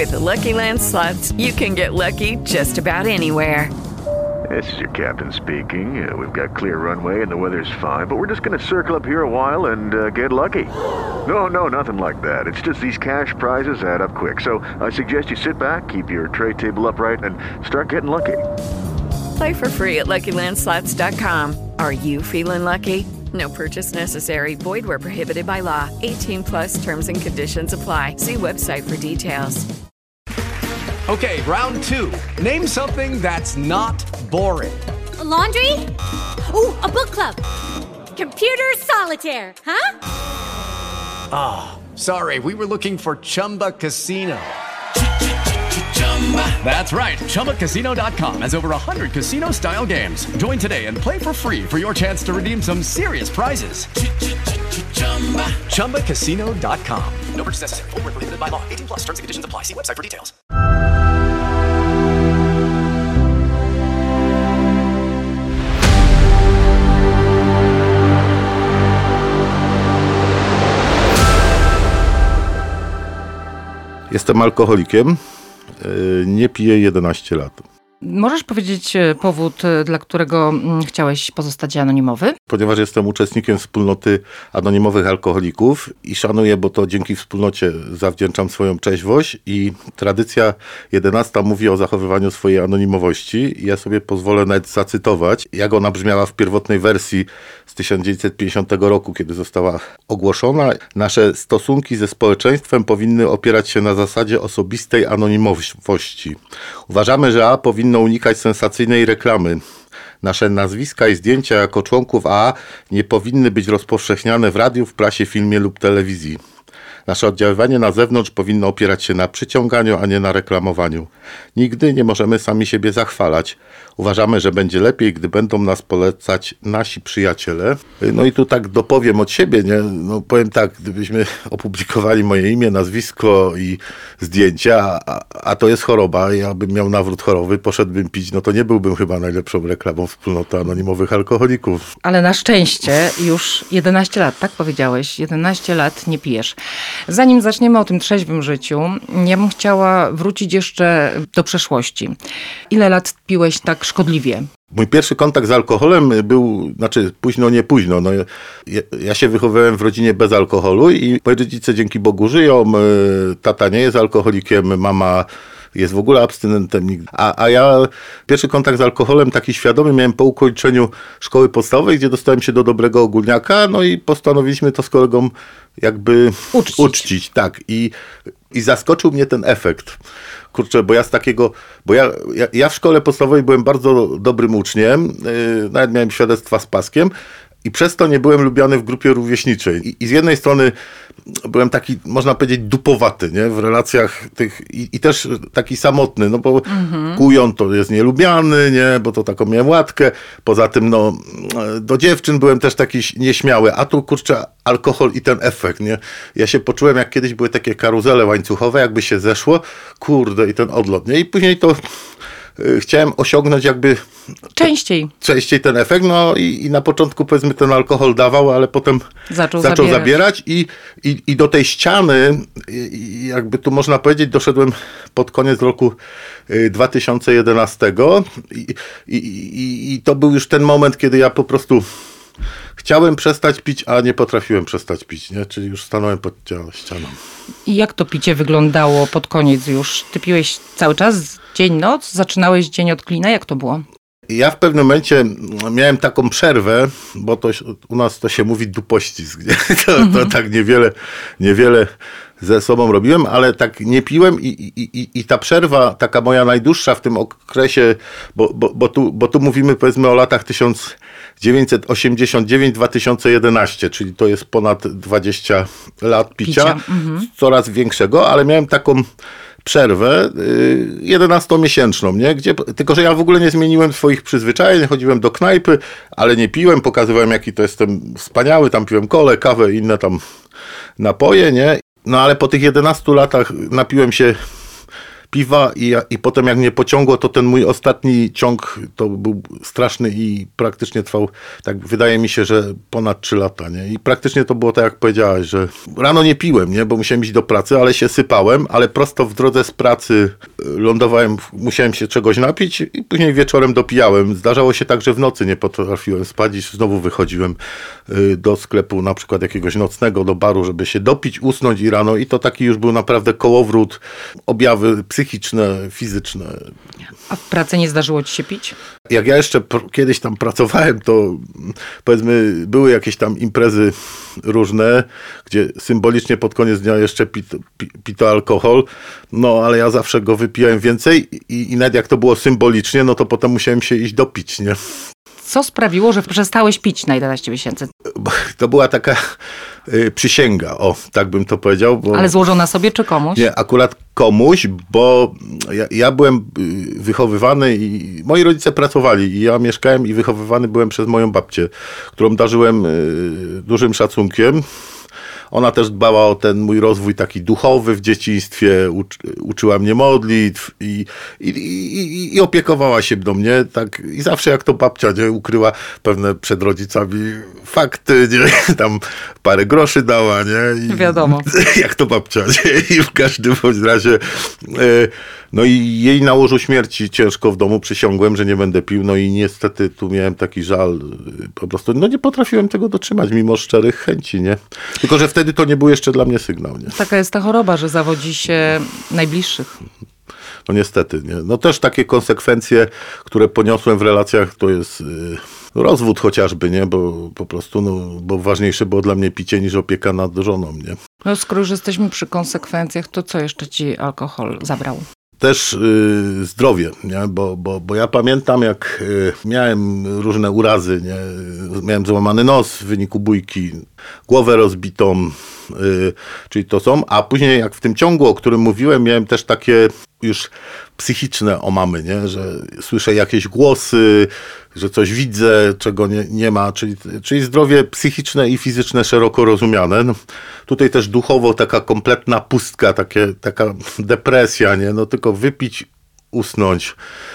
With the Lucky Land Slots, you can get lucky just about anywhere. This is your captain speaking. We've got clear runway and the weather's fine, but we're just going to circle up here a while and get lucky. No, nothing like that. It's just these cash prizes add up quick. So I suggest you sit back, keep your tray table upright, and start getting lucky. Play for free at LuckyLandSlots.com. Are you feeling lucky? No purchase necessary. Void where prohibited by law. 18 plus terms and conditions apply. See website for details. Okay, round two. Name something that's not boring. A laundry? Ooh, a book club. Computer solitaire, huh? Sorry, we were looking for Chumba Casino. That's right. ChumbaCasino.com has over 100 casino-style games. Join today and play for free for your chance to redeem some serious prizes. ChumbaCasino.com. No purchase necessary. Void where prohibited by law. 18 plus terms and conditions apply. See website for details. Jestem alkoholikiem, nie piję 11 lat. Możesz powiedzieć powód, dla którego chciałeś pozostać anonimowy? Ponieważ jestem uczestnikiem wspólnoty anonimowych alkoholików i szanuję, bo to dzięki wspólnocie zawdzięczam swoją trzeźwość i tradycja 11 mówi o zachowywaniu swojej anonimowości. Ja sobie pozwolę nawet zacytować, jak ona brzmiała w pierwotnej wersji z 1950 roku, kiedy została ogłoszona. Nasze stosunki ze społeczeństwem powinny opierać się na zasadzie osobistej anonimowości. Uważamy, że powinno unikać sensacyjnej reklamy. Nasze nazwiska i zdjęcia jako członków AA nie powinny być rozpowszechniane w radiu, w prasie, filmie lub telewizji. Nasze oddziaływanie na zewnątrz powinno opierać się na przyciąganiu, a nie na reklamowaniu. Nigdy nie możemy sami siebie zachwalać. Uważamy, że będzie lepiej, gdy będą nas polecać nasi przyjaciele. No i tu tak dopowiem od siebie, nie? No powiem tak, gdybyśmy opublikowali moje imię, nazwisko i zdjęcia, a to jest choroba, ja bym miał nawrót choroby, poszedłbym pić, no to nie byłbym chyba najlepszą reklamą wspólnoty anonimowych alkoholików. Ale na szczęście już 11 lat, tak powiedziałeś, 11 lat nie pijesz. Zanim zaczniemy o tym trzeźwym życiu, ja bym chciała wrócić jeszcze do przeszłości. Ile lat piłeś tak szkodliwie? Mój pierwszy kontakt z alkoholem był, późno, nie późno. No, ja się wychowałem w rodzinie bez alkoholu i moi rodzice dzięki Bogu żyją. Tata nie jest alkoholikiem, mama jest w ogóle abstynentem. A ja pierwszy kontakt z alkoholem taki świadomy miałem po ukończeniu szkoły podstawowej, gdzie dostałem się do dobrego ogólniaka, no i postanowiliśmy to z kolegą jakby uczcić. Tak. I zaskoczył mnie ten efekt. Kurczę, bo ja w szkole podstawowej byłem bardzo dobrym uczniem, nawet miałem świadectwa z paskiem i przez to nie byłem lubiany w grupie rówieśniczej. I z jednej strony byłem taki, można powiedzieć, dupowaty, nie? W relacjach tych i też taki samotny, no bo kujon to jest nielubiany, nie? Bo to taką miałem łatkę. Poza tym, no, do dziewczyn byłem też taki nieśmiały, a tu, kurczę, alkohol i ten efekt, nie? Ja się poczułem, jak kiedyś były takie karuzele łańcuchowe, jakby się zeszło, kurde, i ten odlot, nie? I później to chciałem osiągnąć jakby częściej ten efekt, no i na początku powiedzmy ten alkohol dawał, ale potem zaczął zabierać i do tej ściany, jakby tu można powiedzieć, doszedłem pod koniec roku 2011 i to był już ten moment, kiedy ja po prostu chciałem przestać pić, a nie potrafiłem przestać pić, nie? Czyli już stanąłem pod ścianą. I jak to picie wyglądało pod koniec już? Ty piłeś cały czas, dzień, noc? Zaczynałeś dzień od klina? Jak to było? Ja w pewnym momencie miałem taką przerwę, bo to u nas to się mówi dupościsk. To tak niewiele ze sobą robiłem, ale tak nie piłem i ta przerwa, taka moja najdłuższa w tym okresie, bo tu mówimy powiedzmy o latach 1989-2011, czyli to jest ponad 20 lat picia. Coraz większego, ale miałem taką przerwę 11-miesięczną, nie? Tylko że ja w ogóle nie zmieniłem swoich przyzwyczajeń, chodziłem do knajpy, ale nie piłem, pokazywałem jaki to jestem wspaniały, tam piłem kolę, kawę i inne tam napoje, nie? No ale po tych 11 latach napiłem się piwa i potem jak mnie pociągło, to ten mój ostatni ciąg to był straszny i praktycznie trwał, tak wydaje mi się, że ponad 3 lata, nie? I praktycznie to było tak, jak powiedziałaś, że rano nie piłem, nie? Bo musiałem iść do pracy, ale się sypałem, ale prosto w drodze z pracy lądowałem, musiałem się czegoś napić i później wieczorem dopijałem. Zdarzało się tak, że w nocy nie potrafiłem spać i znowu wychodziłem do sklepu, na przykład jakiegoś nocnego, do baru, żeby się dopić, usnąć i rano i to taki już był naprawdę kołowrót, objawy psychiczne, fizyczne. A w pracy nie zdarzyło ci się pić? Jak ja jeszcze kiedyś tam pracowałem, to powiedzmy były jakieś tam imprezy różne, gdzie symbolicznie pod koniec dnia jeszcze pito alkohol, no ale ja zawsze go wypijałem więcej i nawet jak to było symbolicznie, no to potem musiałem się iść dopić, nie? Co sprawiło, że przestałeś pić na 11 miesięcy? To była taka przysięga, tak bym to powiedział. Bo... Ale złożona sobie czy komuś? Nie, akurat komuś, bo ja byłem wychowywany i moi rodzice pracowali i ja mieszkałem i wychowywany byłem przez moją babcię, którą darzyłem dużym szacunkiem. Ona też dbała o ten mój rozwój taki duchowy w dzieciństwie, uczyła mnie modlitw i opiekowała się mną, nie? Tak, i zawsze jak to babcia, nie? Ukryła pewne przed rodzicami fakty, nie? Tam parę groszy dała, nie? I, wiadomo. Jak to babcia, nie? I w każdym bądź razie no i jej na łożu śmierci ciężko w domu przysiągłem, że nie będę pił, no i niestety tu miałem taki żal, po prostu no nie potrafiłem tego dotrzymać, mimo szczerych chęci, nie? Tylko, że wtedy to nie był jeszcze dla mnie sygnał, nie? Taka jest ta choroba, że zawodzi się najbliższych. No niestety, nie? No też takie konsekwencje, które poniosłem w relacjach, to jest rozwód chociażby, nie? Bo po prostu, bo ważniejsze było dla mnie picie niż opieka nad żoną, nie? No skoro już jesteśmy przy konsekwencjach, to co jeszcze ci alkohol zabrał? Też zdrowie, nie? Bo ja pamiętam, jak miałem różne urazy, nie? Miałem złamany nos w wyniku bójki, głowę rozbitą, czyli to są, a później jak w tym ciągu, o którym mówiłem, miałem też takie już psychiczne omamy, nie? Że słyszę jakieś głosy, że coś widzę, czego nie ma, czyli zdrowie psychiczne i fizyczne szeroko rozumiane. No, tutaj też duchowo taka kompletna pustka, taka depresja, nie? No tylko wypić, usnąć,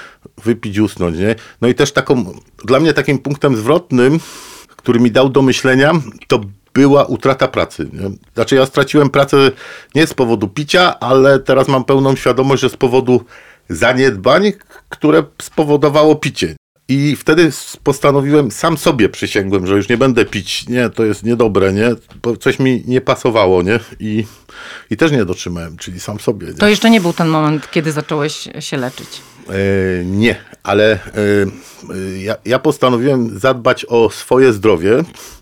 nie? No i też dla mnie takim punktem zwrotnym, który mi dał do myślenia, to była utrata pracy. Nie? Znaczy ja straciłem pracę nie z powodu picia, ale teraz mam pełną świadomość, że z powodu zaniedbań, które spowodowało picie. I wtedy postanowiłem, sam sobie przysięgłem, że już nie będę pić. Nie, to jest niedobre, nie? Bo coś mi nie pasowało, nie? I też nie dotrzymałem, czyli sam sobie. Nie? To jeszcze nie był ten moment, kiedy zacząłeś się leczyć. Nie, ale ja postanowiłem zadbać o swoje zdrowie.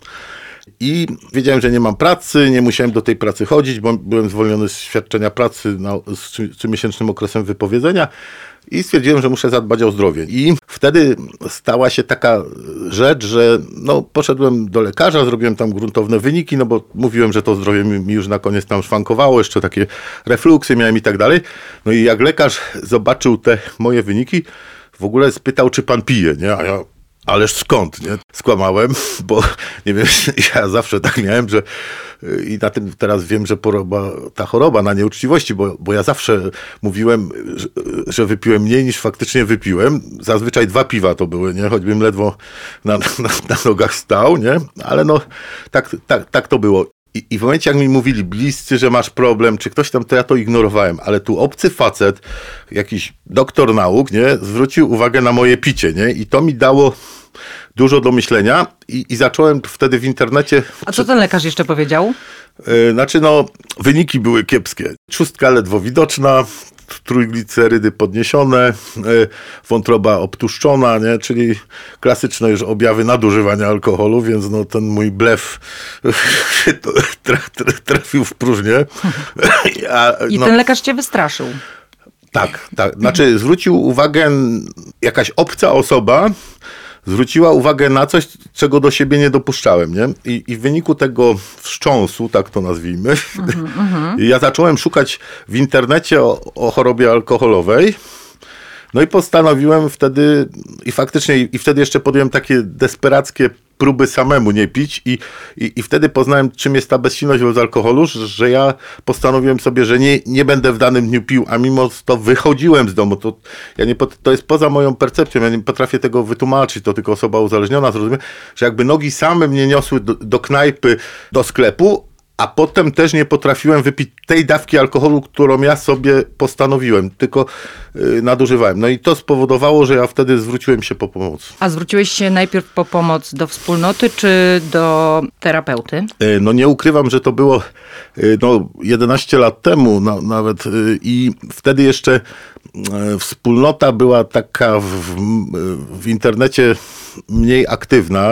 I wiedziałem, że nie mam pracy, nie musiałem do tej pracy chodzić, bo byłem zwolniony z świadczenia pracy z 3-miesięcznym okresem wypowiedzenia i stwierdziłem, że muszę zadbać o zdrowie. I wtedy stała się taka rzecz, że poszedłem do lekarza, zrobiłem tam gruntowne wyniki, bo mówiłem, że to zdrowie mi już na koniec tam szwankowało, jeszcze takie refluksy miałem i tak dalej. No i jak lekarz zobaczył te moje wyniki, w ogóle spytał, czy pan pije, nie? A ja... Ależ skąd, nie? Skłamałem, bo nie wiem, ja zawsze tak miałem, że i na tym teraz wiem, że ta choroba na nieuczciwości, bo ja zawsze mówiłem, że wypiłem mniej niż faktycznie wypiłem. Zazwyczaj 2 piwa to były, nie? Choćbym ledwo na nogach stał, nie? Ale tak to było. I w momencie, jak mi mówili bliscy, że masz problem, czy ktoś tam, to ja to ignorowałem. Ale tu obcy facet, jakiś doktor nauk, nie, zwrócił uwagę na moje picie, nie? I to mi dało dużo do myślenia i zacząłem wtedy w internecie... A co ten lekarz jeszcze powiedział? Znaczy, wyniki były kiepskie. Trzustka ledwo widoczna, trójglicerydy podniesione, wątroba obtłuszczona, nie? Czyli klasyczne już objawy nadużywania alkoholu, więc ten mój blef trafił w próżnię. I ten lekarz cię wystraszył. Tak. Znaczy zwrócił uwagę, jakaś obca osoba zwróciła uwagę na coś, czego do siebie nie dopuszczałem, nie? I w wyniku tego wstrząsu, tak to nazwijmy, ja zacząłem szukać w internecie o chorobie alkoholowej No i postanowiłem wtedy, i faktycznie, i wtedy jeszcze podjąłem takie desperackie próby samemu nie pić i wtedy poznałem, czym jest ta bezsilność wobec alkoholu, że ja postanowiłem sobie, że nie będę w danym dniu pił, a mimo to wychodziłem z domu. To jest poza moją percepcją, ja nie potrafię tego wytłumaczyć, to tylko osoba uzależniona zrozumie, że jakby nogi same mnie niosły do knajpy, do sklepu, a potem też nie potrafiłem wypić tej dawki alkoholu, którą ja sobie postanowiłem, tylko nadużywałem. No i to spowodowało, że ja wtedy zwróciłem się po pomoc. A zwróciłeś się najpierw po pomoc do wspólnoty czy do terapeuty? No nie ukrywam, że to było 11 lat temu nawet i wtedy jeszcze wspólnota była taka w internecie mniej aktywna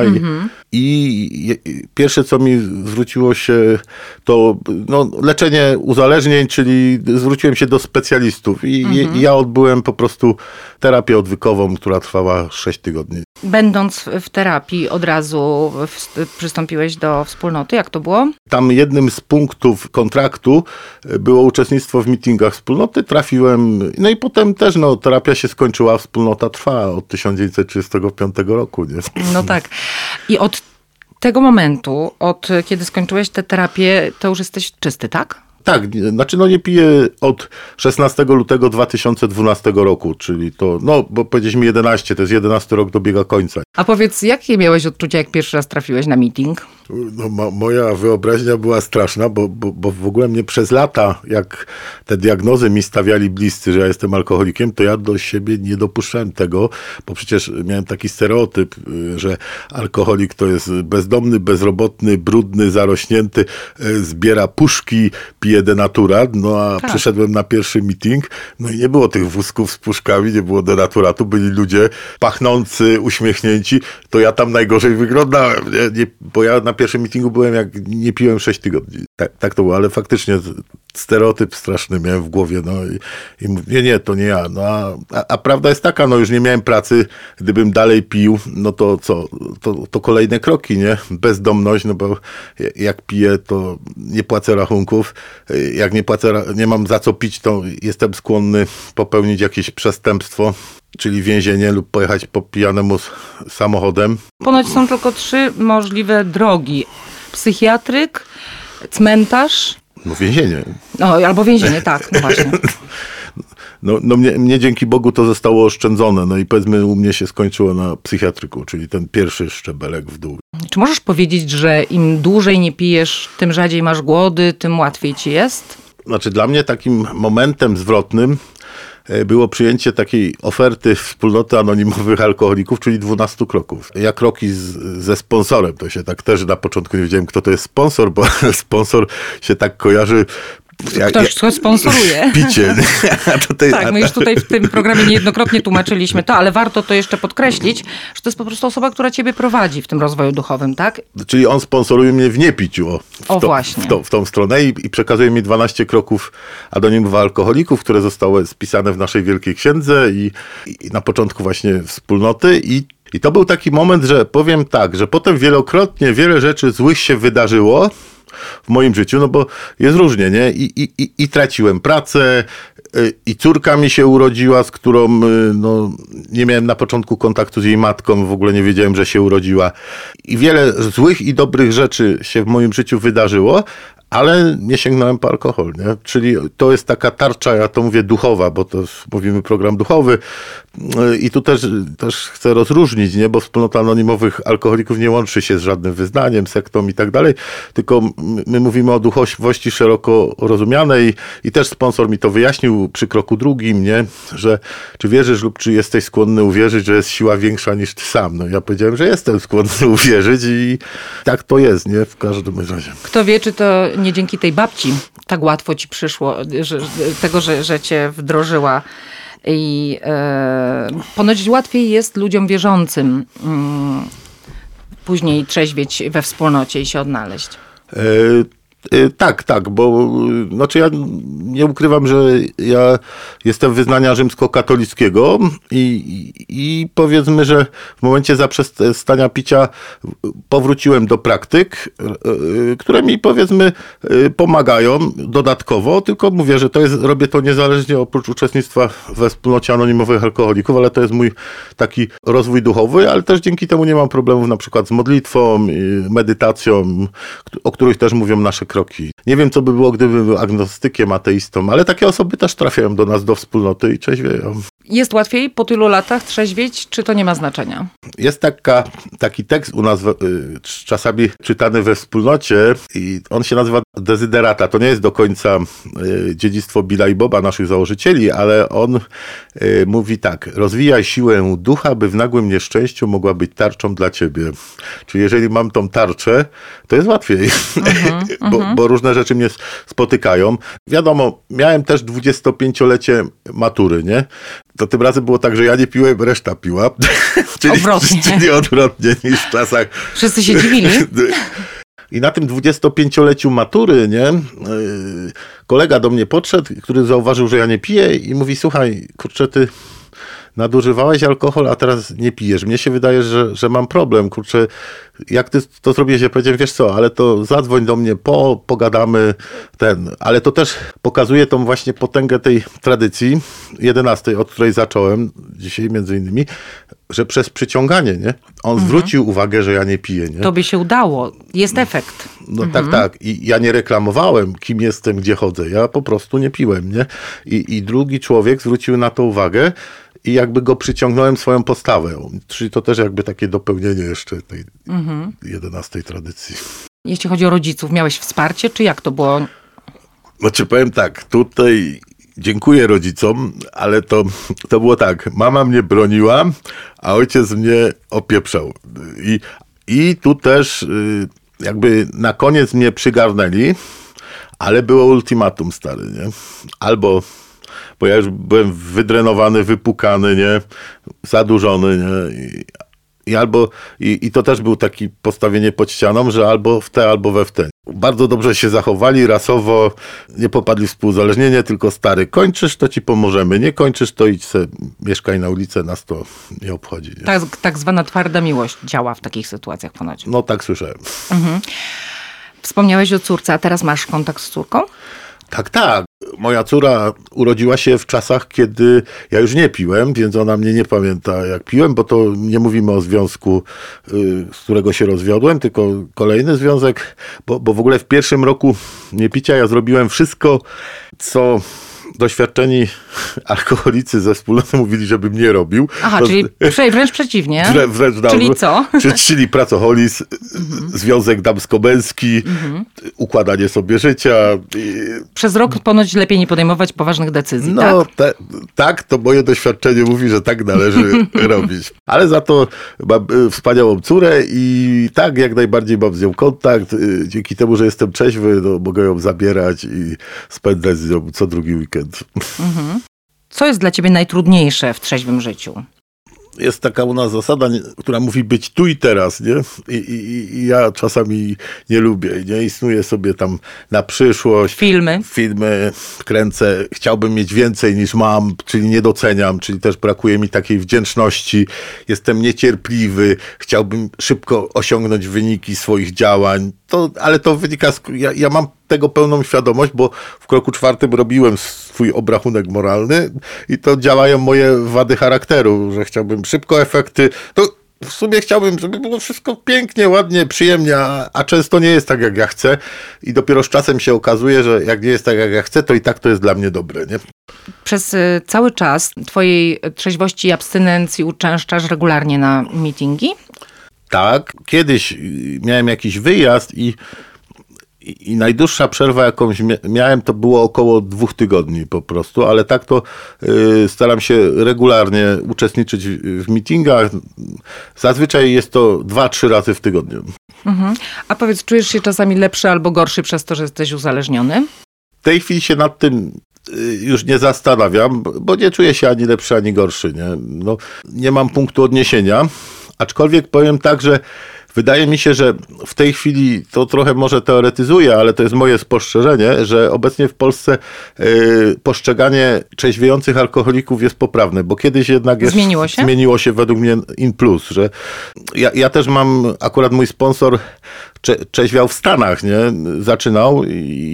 i pierwsze, co mi zwróciło się, to leczenie uzależnień, czyli zwróciłem się do specjalistów i ja odbyłem po prostu terapię odwykową, która trwała 6 tygodni. Będąc w terapii od razu przystąpiłeś do wspólnoty, jak to było? Tam jednym z punktów kontraktu było uczestnictwo w meetingach wspólnoty, trafiłem, no i potem też terapia się skończyła, wspólnota trwa od 1935 roku. Nie? No tak. I od tego momentu, od kiedy skończyłeś tę terapię, to już jesteś czysty, tak? Tak, znaczy nie piję od 16 lutego 2012 roku, czyli to, bo powiedzieliśmy 11, to jest 11 rok dobiega końca. A powiedz, jakie miałeś odczucia, jak pierwszy raz trafiłeś na meeting? Moja wyobraźnia była straszna, bo w ogóle mnie przez lata, jak te diagnozy mi stawiali bliscy, że ja jestem alkoholikiem, to ja do siebie nie dopuszczałem tego, bo przecież miałem taki stereotyp, że alkoholik to jest bezdomny, bezrobotny, brudny, zarośnięty, zbiera puszki, pije denaturat, a tak. Przyszedłem na pierwszy meeting, i nie było tych wózków z puszkami, nie było denaturatu, byli ludzie pachnący, uśmiechnięci, to ja tam najgorzej wyglądałem, bo ja na pierwszym meetingu byłem, jak nie piłem 6 tygodni. Tak to było, ale faktycznie stereotyp straszny miałem w głowie, i mówię, nie, to nie ja. A prawda jest taka, już nie miałem pracy, gdybym dalej pił, to co? To kolejne kroki, nie? Bezdomność, bo jak piję, to nie płacę rachunków. Jak nie mam za co pić, to jestem skłonny popełnić jakieś przestępstwo, czyli więzienie lub pojechać po pijanemu samochodem. Ponoć są tylko 3 możliwe drogi. Psychiatryk, cmentarz. Więzienie. Albo więzienie, tak, właśnie. Mnie dzięki Bogu to zostało oszczędzone. I powiedzmy, u mnie się skończyło na psychiatryku, czyli ten pierwszy szczebelek w dół. Czy możesz powiedzieć, że im dłużej nie pijesz, tym rzadziej masz głody, tym łatwiej ci jest? Znaczy dla mnie takim momentem zwrotnym było przyjęcie takiej oferty wspólnoty anonimowych alkoholików, czyli 12 kroków. Ja kroki ze sponsorem, to się tak też na początku nie wiedziałem, kto to jest sponsor, bo sponsor się tak kojarzy. Ktoś sponsoruje. Picie. Tak, my już tutaj w tym programie niejednokrotnie tłumaczyliśmy to, ale warto to jeszcze podkreślić, że to jest po prostu osoba, która ciebie prowadzi w tym rozwoju duchowym, tak? Czyli on sponsoruje mnie w niepiciu. Właśnie. W tą stronę i przekazuje mi 12 kroków anonimowych alkoholików, które zostały spisane w naszej Wielkiej Księdze i na początku właśnie wspólnoty i to był taki moment, że powiem tak, że potem wielokrotnie wiele rzeczy złych się wydarzyło w moim życiu, bo jest różnie, nie? I traciłem pracę, i córka mi się urodziła, z którą nie miałem na początku kontaktu z jej matką, w ogóle nie wiedziałem, że się urodziła. I wiele złych i dobrych rzeczy się w moim życiu wydarzyło, ale nie sięgnąłem po alkohol, nie? Czyli to jest taka tarcza, ja to mówię duchowa, bo to mówimy program duchowy i tu też chcę rozróżnić, nie? Bo wspólnota anonimowych alkoholików nie łączy się z żadnym wyznaniem, sektą i tak dalej, tylko my mówimy o duchowości szeroko rozumianej i też sponsor mi to wyjaśnił przy kroku drugim, nie? Że czy wierzysz lub czy jesteś skłonny uwierzyć, że jest siła większa niż ty sam. Ja powiedziałem, że jestem skłonny uwierzyć i tak to jest, nie? W każdym razie. Kto wie, czy to nie dzięki tej babci tak łatwo ci przyszło, że cię wdrożyła. I ponoć łatwiej jest ludziom wierzącym później trzeźwieć we wspólnocie i się odnaleźć. Tak, bo znaczy ja nie ukrywam, że ja jestem wyznania rzymskokatolickiego i powiedzmy, że w momencie zaprzestania picia powróciłem do praktyk, które mi powiedzmy pomagają dodatkowo, tylko mówię, że robię to niezależnie oprócz uczestnictwa we wspólnocie anonimowych alkoholików, ale to jest mój taki rozwój duchowy, ale też dzięki temu nie mam problemów na przykład z modlitwą, medytacją, o których też mówią nasze kroki. Nie wiem, co by było, gdybym był agnostykiem, ateistą, ale takie osoby też trafiają do nas, do wspólnoty i trzeźwieją. Jest łatwiej po tylu latach trzeźwieć, czy to nie ma znaczenia? Jest taki tekst u nas czasami czytany we wspólnocie i on się nazywa Dezyderata. To nie jest do końca dziedzictwo Billa i Boba, naszych założycieli, ale on mówi tak: rozwijaj siłę ducha, by w nagłym nieszczęściu mogła być tarczą dla ciebie. Czyli jeżeli mam tą tarczę, to jest łatwiej, bo różne rzeczy mnie spotykają. Wiadomo, miałem też 25-lecie matury, nie? To tym razem było tak, że ja nie piłem, reszta piła. Czyli odwrotnie niż w czasach... Wszyscy się dziwili. I na tym 25-leciu matury, nie, kolega do mnie podszedł, który zauważył, że ja nie piję i mówi: słuchaj, kurczę, ty nadużywałeś alkohol, a teraz nie pijesz. Mnie się wydaje, że mam problem. Kurczę, jak ty to zrobiłeś? Ja powiedziałem: wiesz co, ale to zadzwoń do mnie, pogadamy Ale to też pokazuje tą właśnie potęgę tej tradycji 11, od której zacząłem dzisiaj między innymi, że przez przyciąganie, nie? On zwrócił uwagę, że ja nie piję, nie? To by się udało. Jest efekt. No tak. I ja nie reklamowałem, kim jestem, gdzie chodzę. Ja po prostu nie piłem, nie? I drugi człowiek zwrócił na to uwagę i jakby go przyciągnąłem swoją postawę. Czyli to też jakby takie dopełnienie jeszcze tej 11 tradycji. Jeśli chodzi o rodziców, miałeś wsparcie, czy jak to było? Znaczy powiem tak, tutaj dziękuję rodzicom, ale to było tak: mama mnie broniła, a ojciec mnie opieprzał. I tu też jakby na koniec mnie przygarnęli, ale było ultimatum, stary, nie? Albo, bo ja już byłem wydrenowany, wypukany, nie? Zadłużony, nie? I to też był taki postawienie pod ścianą, że albo w te, albo we w te. Bardzo dobrze się zachowali rasowo, nie popadli w współuzależnienie, tylko: stary, kończysz, to ci pomożemy, nie kończysz, to idź se, mieszkaj na ulicy, nas to nie obchodzi. Nie? Tak zwana twarda miłość działa w takich sytuacjach ponoć. No tak słyszałem. Wspomniałeś o córce, a teraz masz kontakt z córką? Tak. Moja córa urodziła się w czasach, kiedy ja już nie piłem, więc ona mnie nie pamięta, jak piłem, bo to nie mówimy o związku, z którego się rozwiodłem, tylko kolejny związek, bo w ogóle w pierwszym roku niepicia ja zrobiłem wszystko, co doświadczeni alkoholicy ze wspólnoty mówili, żebym nie robił. Aha, czyli wręcz przeciwnie. Czyli co? Czyli pracoholizm, związek damsko-męski, układanie sobie życia. Przez rok ponoć lepiej nie podejmować poważnych decyzji, no, tak? To moje doświadczenie mówi, że tak należy robić. Ale za to mam wspaniałą córę i tak, jak najbardziej mam z nią kontakt. Dzięki temu, że jestem trzeźwy, no, mogę ją zabierać i spędzać z nią co drugi weekend. Co jest dla ciebie najtrudniejsze w trzeźwym życiu? Jest taka u nas zasada, która mówi być tu i teraz, nie? I ja czasami nie lubię, nie? Istnuję sobie tam na przyszłość. Filmy kręcę. Chciałbym mieć więcej niż mam, czyli nie doceniam, czyli też brakuje mi takiej wdzięczności. Jestem niecierpliwy, chciałbym szybko osiągnąć wyniki swoich działań. Ale to wynika ja mam tego pełną świadomość, bo w kroku 4 robiłem swój obrachunek moralny i to działają moje wady charakteru, że chciałbym szybko efekty. To w sumie chciałbym, żeby było wszystko pięknie, ładnie, przyjemnie, a często nie jest tak, jak ja chcę i dopiero z czasem się okazuje, że jak nie jest tak, jak ja chcę, to i tak to jest dla mnie dobre, nie? Przez cały czas twojej trzeźwości i abstynencji uczęszczasz regularnie na meetingi? Tak. Kiedyś miałem jakiś wyjazd i najdłuższa przerwa, jakąś miałem, to było około 2 tygodni po prostu, ale tak to staram się regularnie uczestniczyć w meetingach. Zazwyczaj jest to 2-3 razy w tygodniu. A powiedz, czujesz się czasami lepszy albo gorszy przez to, że jesteś uzależniony? W tej chwili się nad tym już nie zastanawiam, bo nie czuję się ani lepszy, ani gorszy. Nie mam punktu odniesienia, aczkolwiek powiem tak, że wydaje mi się, że w tej chwili to trochę może teoretyzuję, ale to jest moje spostrzeżenie, że obecnie w Polsce postrzeganie trzeźwiejących alkoholików jest poprawne, bo kiedyś jednak zmieniło się według mnie in plus, że ja też mam, akurat mój sponsor trzeźwiał w Stanach, nie? Zaczynał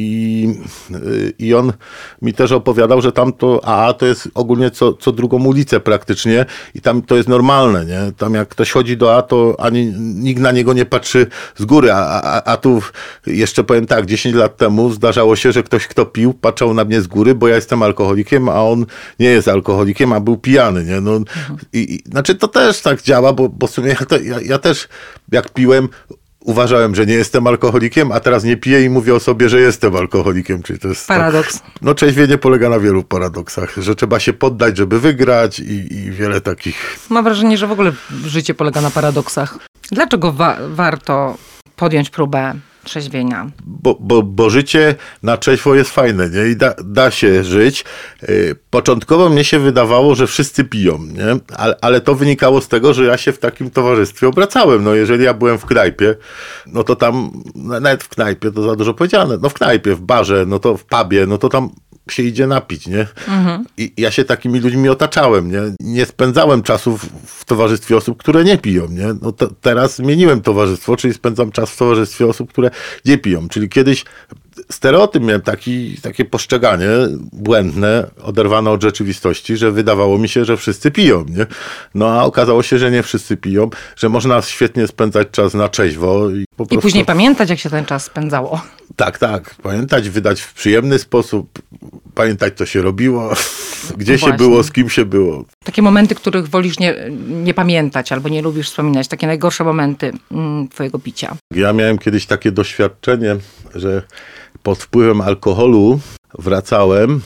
i on mi też opowiadał, że tam to AA to jest ogólnie co drugą ulicę praktycznie i tam to jest normalne, nie? Tam jak ktoś chodzi do AA, to nikt na niego nie patrzy z góry, a tu jeszcze powiem tak, 10 lat temu zdarzało się, że ktoś, kto pił, patrzał na mnie z góry, bo ja jestem alkoholikiem, a on nie jest alkoholikiem, a był pijany, nie? No, znaczy to też tak działa, bo w sumie ja też jak piłem, uważałem, że nie jestem alkoholikiem, a teraz nie piję i mówię o sobie, że jestem alkoholikiem. Czyli to jest paradoks. Tak, no trzeźwienie polega na wielu paradoksach, że trzeba się poddać, żeby wygrać i wiele takich. Mam wrażenie, że w ogóle życie polega na paradoksach. Dlaczego warto podjąć próbę trzeźwienia? Bo życie na trzeźwo jest fajne, nie? I da się żyć. Początkowo mnie się wydawało, że wszyscy piją, nie? Ale to wynikało z tego, że ja się w takim towarzystwie obracałem. No jeżeli ja byłem w knajpie, no to tam, nawet w knajpie to za dużo powiedziane, no w knajpie, w barze, no to w pubie, no to tam się idzie napić, nie? I ja się takimi ludźmi otaczałem, nie? Nie spędzałem czasu w towarzystwie osób, które nie piją, nie? No teraz zmieniłem towarzystwo, czyli spędzam czas w towarzystwie osób, które nie piją. Czyli kiedyś stereotyp miałem takie postrzeganie błędne, oderwane od rzeczywistości, że wydawało mi się, że wszyscy piją, nie? No a okazało się, że nie wszyscy piją, że można świetnie spędzać czas na trzeźwo. I później pamiętać, jak się ten czas spędzało. Tak. Pamiętać, wydać w przyjemny sposób, pamiętać, co się robiło, gdzie się było, z kim się było. Takie momenty, których wolisz nie pamiętać albo nie lubisz wspominać, takie najgorsze momenty twojego picia. Ja miałem kiedyś takie doświadczenie, że pod wpływem alkoholu wracałem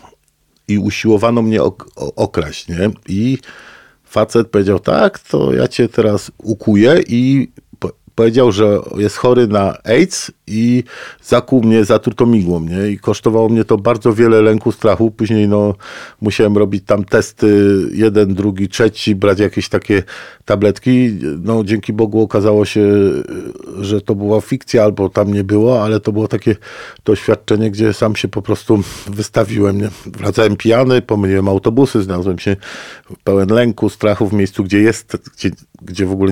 i usiłowano mnie okraść, nie? I facet powiedział, tak, to ja cię teraz ukuję i powiedział, że jest chory na AIDS i zakuł mnie zatrutą igłą, nie? I kosztowało mnie to bardzo wiele lęku, strachu. Później musiałem robić tam testy, 1, 2, 3, brać jakieś takie tabletki. No dzięki Bogu okazało się, że to była fikcja albo tam nie było, ale to było takie doświadczenie, gdzie sam się po prostu wystawiłem, nie? Wracałem pijany, pomyliłem autobusy, znalazłem się pełen lęku, strachu w miejscu, gdzie w ogóle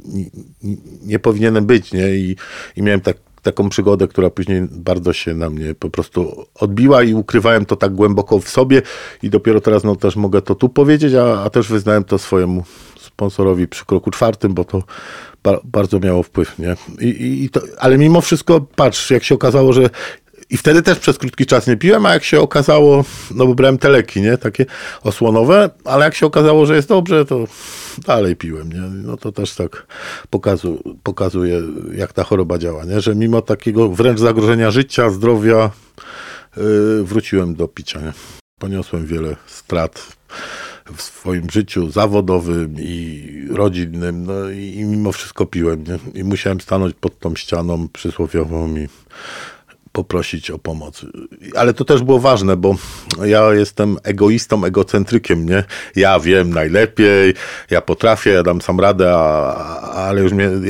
nie powinienem być, nie? I miałem taką przygodę, która później bardzo się na mnie po prostu odbiła i ukrywałem to tak głęboko w sobie i dopiero teraz też mogę to tu powiedzieć, a też wyznałem to swojemu sponsorowi przy kroku 4, bo to bardzo miało wpływ, nie? Ale mimo wszystko, patrz, jak się okazało, że i wtedy też przez krótki czas nie piłem, a jak się okazało, no bo brałem te leki, nie? Takie osłonowe, ale jak się okazało, że jest dobrze, to dalej piłem, nie? No to też tak pokazuje, jak ta choroba działa, nie? Że mimo takiego wręcz zagrożenia życia, zdrowia, wróciłem do picia, nie? Poniosłem wiele strat w swoim życiu zawodowym i rodzinnym, no i mimo wszystko piłem, nie? I musiałem stanąć pod tą ścianą przysłowiową i poprosić o pomoc. Ale to też było ważne, bo ja jestem egoistą, egocentrykiem, nie? Ja wiem najlepiej, ja potrafię, ja dam sam radę, ale już mnie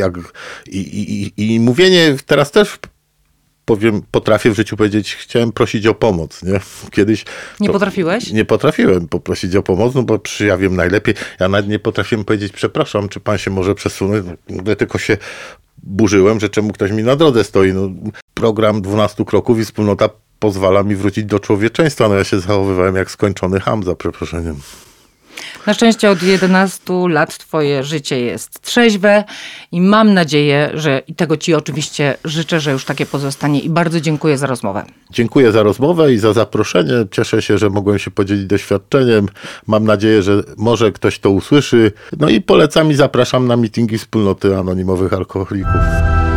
I mówienie teraz też potrafię w życiu powiedzieć, chciałem prosić o pomoc, nie? Kiedyś... Nie potrafiłeś? Nie potrafiłem poprosić o pomoc, no bo ja wiem najlepiej. Ja nawet nie potrafiłem powiedzieć, przepraszam, czy pan się może przesunąć? Ja tylko się burzyłem, że czemu ktoś mi na drodze stoi. No, program 12 kroków i wspólnota pozwala mi wrócić do człowieczeństwa. No ja się zachowywałem jak skończony cham, za przeproszeniem. Na szczęście od 11 lat twoje życie jest trzeźwe i mam nadzieję, że i tego ci oczywiście życzę, że już takie pozostanie i bardzo dziękuję za rozmowę. Dziękuję za rozmowę i za zaproszenie. Cieszę się, że mogłem się podzielić doświadczeniem. Mam nadzieję, że może ktoś to usłyszy. No i polecam i zapraszam na mityngi wspólnoty anonimowych alkoholików.